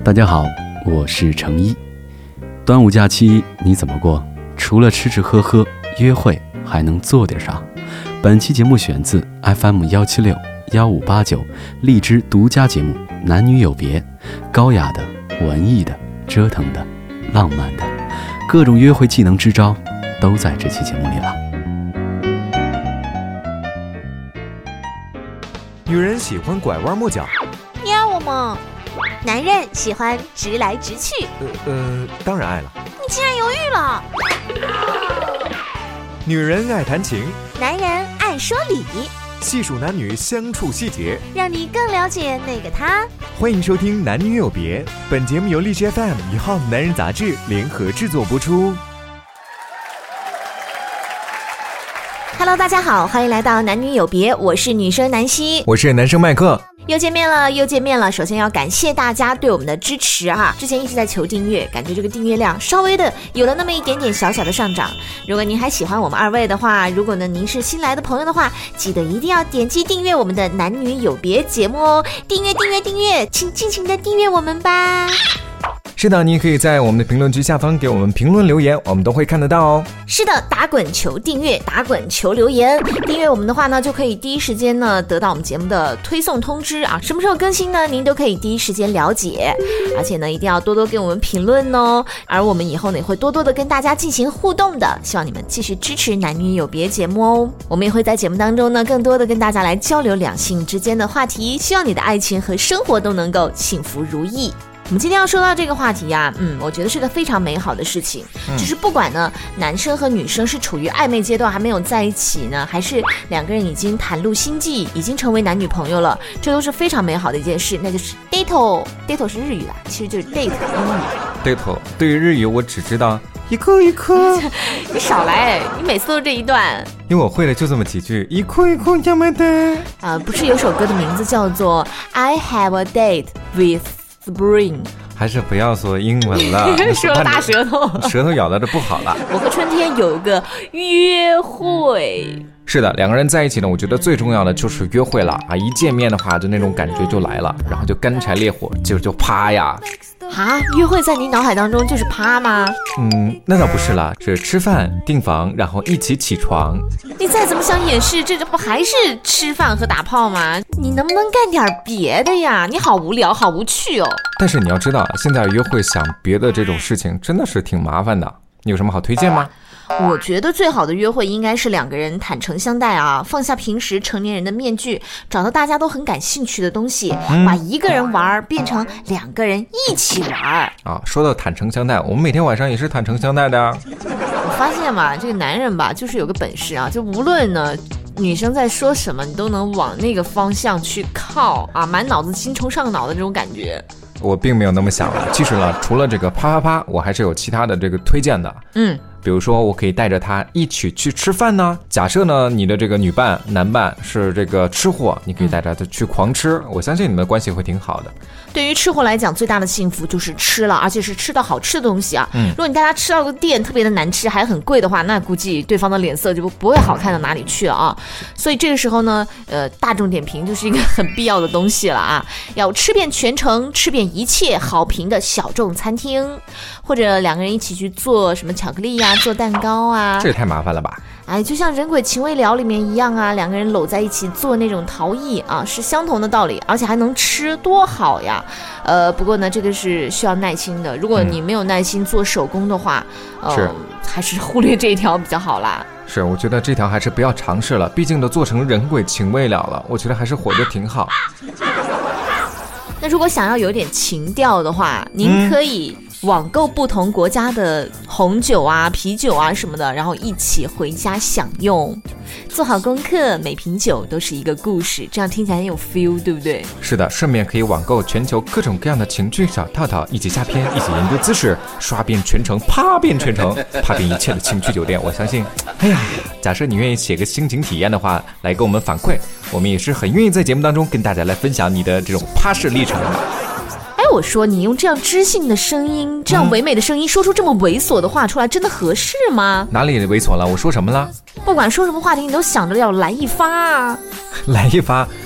大家好，我是程一。端午假期你怎么过？除了吃吃喝喝，约会还能做点啥？本期节目选自 FM176-1589 荔枝独家节目《男女有别》，高雅的、文艺的、折腾的、浪漫的，各种约会技能支招都在这期节目里了。 女人喜欢拐弯抹角， 你爱我吗？男人喜欢直来直去， 当然爱了。 你竟然犹豫了。 女人爱谈情， 男人爱说理， 细数男女相处细节， 让你更了解那个他。 欢迎收听《男女有别》，本节目由荔枝 FM 与好男人杂志联合制作播出。 Hello， 大家好，欢迎来到男女有别，我是女生南希， 我是男生麦克。 又见面了。首先要感谢大家对我们的支持啊！之前一直在求订阅，感觉这个订阅量稍微的有了那么一点点小小的上涨。如果您还喜欢我们二位的话，如果呢您是新来的朋友的话，记得一定要点击订阅我们的男女有别节目哦！订阅，请尽情的订阅我们吧。 是的，你可以在我们的评论区下方给我们评论留言，我们都会看得到哦。 是的，打滚求订阅，打滚求留言。订阅我们的话呢，就可以第一时间呢得到我们节目的推送通知啊，什么时候更新呢，您都可以第一时间了解。而且呢，一定要多多给我们评论哦。而我们以后呢也会多多的跟大家进行互动的，希望你们继续支持男女有别节目哦。我们也会在节目当中呢，更多的跟大家来交流两性之间的话题，希望你的爱情和生活都能够幸福如意。我们今天要说到这个话题呀，我觉得是个非常美好的事情，就是不管呢男生和女生是处于暧昧阶段还没有在一起呢，还是两个人已经袒露心迹，已经成为男女朋友了，这都是非常美好的一件事，那就是 date 是日语啦，其实就是 date 英语。 date 对于日语我只知道一颗一颗。 你少来，你每次都是这一段。 因为我会的就这么几句，一颗一颗要买的。 不是有首歌的名字叫做 I have a date with Spring， 还是不要说英文了。 说了大舌头， 舌头咬到这不好了。 我和春天有个约会。 是的，两个人在一起呢，我觉得最重要的就是约会了啊！一见面的话，就那种感觉就来了，然后就干柴烈火，就啪呀！ 啊，约会在你脑海当中就是啪吗？ 那倒不是啦，是吃饭、订房，然后一起起床。 你再怎么想掩饰，这不还是吃饭和打炮吗？你能不能干点别的呀？你好无聊，好无趣哦。 但是你要知道，现在约会想别的这种事情真的是挺麻烦的。你有什么好推荐吗？ 我觉得最好的约会应该是两个人坦诚相待啊，放下平时成年人的面具，找到大家都很感兴趣的东西，把一个人玩变成两个人一起玩啊。说到坦诚相待，我们每天晚上也是坦诚相待的。 我发现嘛，这个男人吧，就是有个本事啊，就无论呢女生在说什么，你都能往那个方向去靠啊，满脑子精虫上脑的这种感觉。 我并没有那么想了，其实呢，除了这个啪啪啪，我还是有其他的这个推荐的。比如说我可以带着他一起去吃饭呢。假设呢你的这个女伴男伴是这个吃货，你可以带着他去狂吃，我相信你们的关系会挺好的。 对于吃货来讲，最大的幸福就是吃了，而且是吃到好吃的东西啊。如果你带他吃到个店特别的难吃还很贵的话，那估计对方的脸色就不会好看到哪里去了啊。所以这个时候呢大众点评就是一个很必要的东西了啊，要吃遍全城，吃遍一切好评的小众餐厅，或者两个人一起去做什么巧克力呀，做蛋糕啊。 这也太麻烦了吧。 就像人鬼情未了里面一样啊，两个人搂在一起做那种陶艺啊，是相同的道理，而且还能吃，多好呀。不过呢这个是需要耐心的，如果你没有耐心做手工的话，还是忽略这一条比较好啦。 是，我觉得这条还是不要尝试了，毕竟都做成人鬼情未了了，我觉得还是活着挺好。 那如果想要有点情调的话，您可以网购不同国家的红酒啊、啤酒啊什么的，然后一起回家享用。做好功课，每瓶酒都是一个故事，这样听起来很有 feel， 对不对？是的，顺便可以网购全球各种各样的情趣小套套，一起下片，一起研究姿势，刷遍全城，啪遍全城，啪遍一切的情趣酒店。我相信，假设你愿意写个心情体验的话，来给我们反馈，我们也是很愿意在节目当中跟大家来分享你的这种趴式历程。 我说你用这样知性的声音，这样唯美的声音，说出这么猥琐的话出来，真的合适吗？ 哪里猥琐了？我说什么了？ 不管说什么话题，你都想着要来一发啊！ 来一发，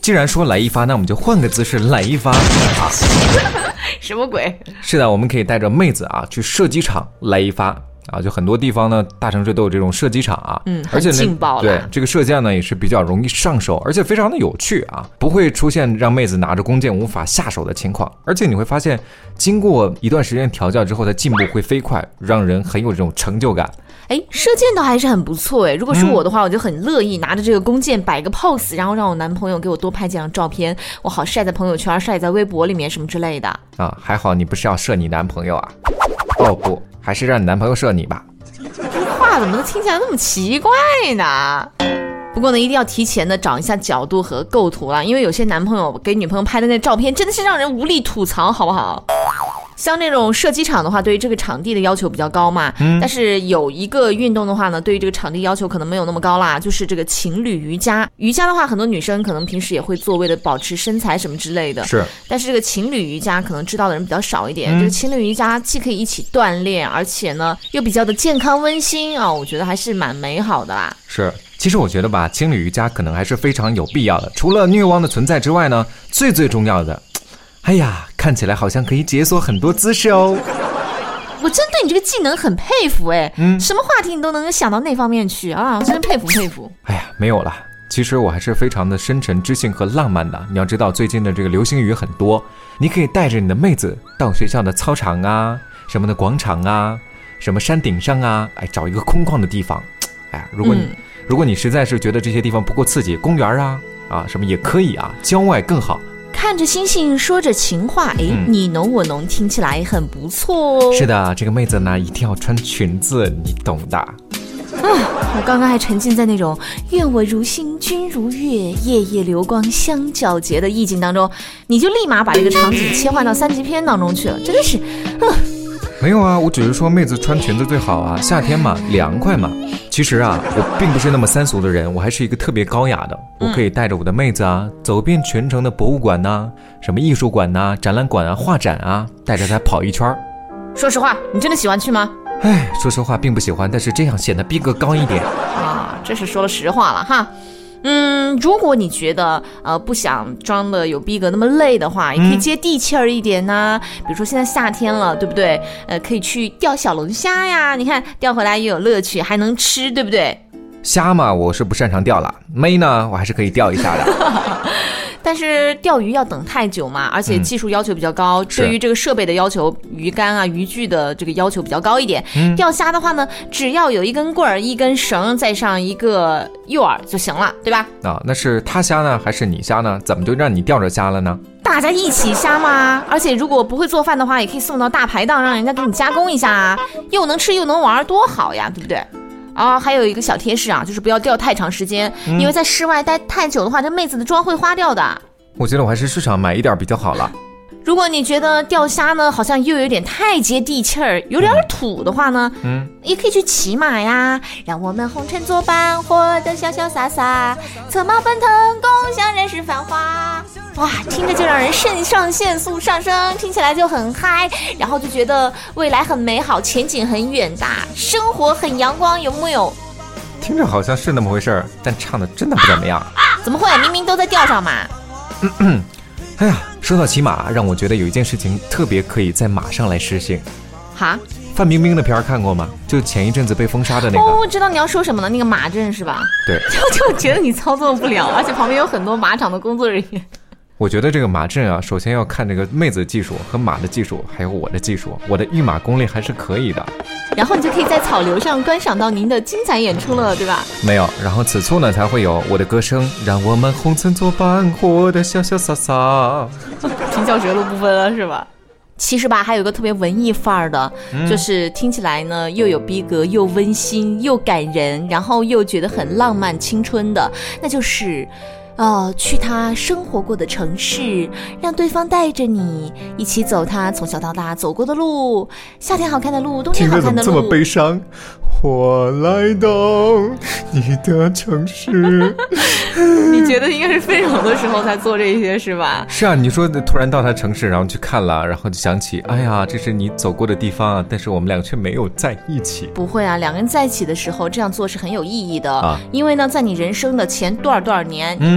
既然说来一发，那我们就换个姿势来一发啊！ 什么鬼？ 是的，我们可以带着妹子啊去射击场来一发啊！就很多地方呢，大城市都有这种射击场啊，而且很劲爆了。 对，这个射箭呢也是比较容易上手，而且非常的有趣啊，不会出现让妹子拿着弓箭无法下手的情况。而且你会发现，经过一段时间调教之后的进步会飞快，让人很有这种成就感。 哎，射箭倒还是很不错哎。如果是我的话，我就很乐意拿着这个弓箭摆个 pose， 然后让我男朋友给我多拍几张照片，我好晒在朋友圈、晒在微博里面什么之类的。 啊，还好你不是要射你男朋友啊？哦不，还是让你男朋友射你吧。 这话怎么听起来那么奇怪呢？不过呢，一定要提前的找一下角度和构图啦，因为有些男朋友给女朋友拍的那照片真的是让人无力吐槽，好不好？像那种射击场的话，对于这个场地的要求比较高嘛，但是有一个运动的话呢，对于这个场地要求可能没有那么高啦，就是这个情侣瑜伽。瑜伽的话，很多女生可能平时也会做，为了保持身材什么之类的。 是， 但是这个情侣瑜伽可能知道的人比较少一点。这个情侣瑜伽既可以一起锻炼，而且呢又比较的健康温馨啊，我觉得还是蛮美好的啦。 是。其实我觉得吧，情侣瑜伽可能还是非常有必要的。除了虐汪的存在之外呢，最重要的，哎呀，看起来好像可以解锁很多姿势哦。 我真对你这个技能很佩服哎，什么话题你都能想到那方面去啊，真佩服佩服。 哎呀，没有了。其实我还是非常的深沉知性和浪漫的。你要知道，最近的这个流星雨很多，你可以带着你的妹子到学校的操场啊、什么的广场啊、什么山顶上啊，哎，找一个空旷的地方。哎呀，如果你实在是觉得这些地方不够刺激，公园啊什么也可以啊，郊外更好。 看着星星说着情话，哎，你侬我侬，听起来很不错哦。 是的，这个妹子呢一定要穿裙子，你懂的。 我刚刚还沉浸在那种愿我如星君如月，夜夜流光相皎洁的意境当中，你就立马把这个场景切换到3级片当中去了，真的是没有啊，我只是说妹子穿裙子最好啊，夏天嘛，凉快嘛。其实啊，我并不是那么三俗的人，我还是一个特别高雅的。我可以带着我的妹子啊，走遍全城的博物馆呐、什么艺术馆呐、展览馆啊、画展啊，带着她跑一圈。 说实话，你真的喜欢去吗？ 哎，说实话并不喜欢，但是这样显得逼格高一点啊，这是说了实话了哈。如果你觉得不想装的有逼格那么累的话，也可以接地气儿一点呢。比如说现在夏天了，对不对？可以去钓小龙虾呀，你看钓回来也有乐趣，还能吃，对不对？ 虾嘛，我是不擅长钓了，妹呢，我还是可以钓一下的。 但是钓鱼要等太久嘛，而且技术要求比较高，对于这个设备的要求，鱼竿啊、渔具的这个要求比较高一点。钓虾的话呢，只要有一根棍儿、一根绳，再上一个诱饵就行了，对吧？ 那是他虾呢，还是你虾呢？怎么就让你钓着虾了呢？ 大家一起虾嘛，而且如果不会做饭的话，也可以送到大排档，让人家给你加工一下啊，又能吃又能玩，多好呀，对不对？还有一个小贴士啊，就是不要钓太长时间，因为在室外待太久的话，这妹子的妆会花掉的。 我觉得我还是市场买一点比较好了。 如果你觉得钓虾呢好像又有点太接地气儿，有点土的话呢，也可以去骑马呀，让我们红尘作伴，活得潇潇洒洒，策马奔腾，共享人世繁华。哇，听着就让人肾上腺素上升，听起来就很嗨，然后就觉得未来很美好，前景很远大，生活很阳光，有没有？ 听着好像是那么回事儿，但唱的真的不怎么样。 怎么会？明明都在钓上嘛。 哎呀，说到骑马，让我觉得有一件事情特别可以在马上来实行。 哈？ 范冰冰的片儿看过吗？就前一阵子被封杀的那个。 我知道你要说什么了，那个马阵是吧？ 对。 就觉得你操作不了，而且旁边有很多马场的工作人员。 我觉得这个马阵啊，首先要看这个妹子的技术和马的技术，还有我的技术，我的御马功力还是可以的。 然后你就可以在草流上观赏到您的精彩演出了，对吧？ 没有，然后此处呢才会有我的歌声，让我们红尘作伴，活得潇潇洒洒。 平翘舌都不分了是吧？其实吧，还有一个特别文艺范儿的，就是听起来呢又有逼格，又温馨，又感人，然后又觉得很浪漫青春的，那就是去他生活过的城市，让对方带着你一起走他从小到大走过的路，夏天好看的路，冬天好看的路。听着怎么这么悲伤？ 我来到你的城市。 你觉得应该是分手的时候才做这些是吧？ 是啊，你说突然到他城市，然后去看了，然后就想起，哎呀，这是你走过的地方啊，但是我们俩却没有在一起。 不会啊，两个人在一起的时候这样做是很有意义的，因为呢，在你人生的前多少年，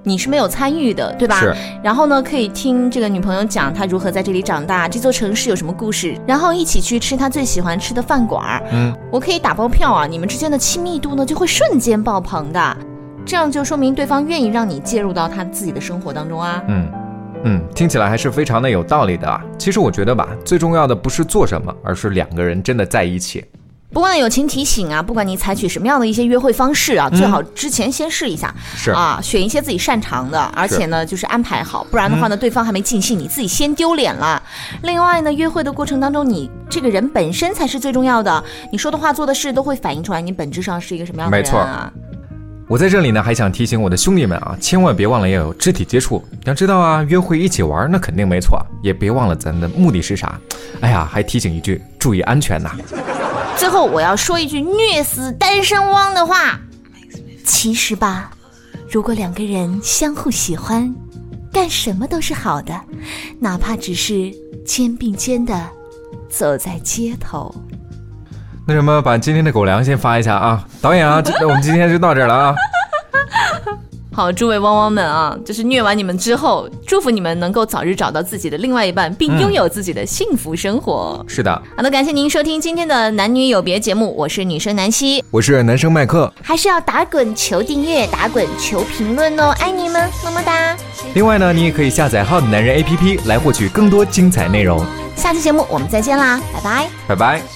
你是没有参与的，对吧？ 是。 然后呢，可以听这个女朋友讲她如何在这里长大，这座城市有什么故事，然后一起去吃她最喜欢吃的饭馆。我可以打包票啊，你们之间的亲密度呢就会瞬间爆棚的，这样就说明对方愿意让你介入到他自己的生活当中啊。 听起来还是非常的有道理的啊。其实我觉得吧，最重要的不是做什么，而是两个人真的在一起。 不过呢，友情提醒啊，不管你采取什么样的一些约会方式啊，最好之前先试一下， 是啊，选一些自己擅长的，而且呢，就是安排好，不然的话呢，对方还没尽兴，你自己先丢脸了。另外呢，约会的过程当中，你这个人本身才是最重要的，你说的话、做的事都会反映出来你本质上是一个什么样的人啊。 没错。我在这里呢，还想提醒我的兄弟们啊，千万别忘了要有肢体接触。要知道啊，约会一起玩那肯定没错，也别忘了咱的目的是啥。哎呀，还提醒一句，注意安全呐。 最后我要说一句虐死单身汪的话，其实吧，如果两个人相互喜欢，干什么都是好的，哪怕只是肩并肩的走在街头。 那什么，把今天的狗粮先发一下啊，导演啊，我们今天就到这儿了啊。 好，诸位汪汪们啊，就是虐完你们之后，祝福你们能够早日找到自己的另外一半，并拥有自己的幸福生活。 是的。 好的，感谢您收听今天的男女有别节目，我是女生南希， 我是男生麦克， 还是要打滚求订阅，打滚求评论哦，爱你们，么么哒。 另外呢，你也可以下载好的男人 APP 来获取更多精彩内容。 下期节目我们再见啦，拜拜， 拜拜。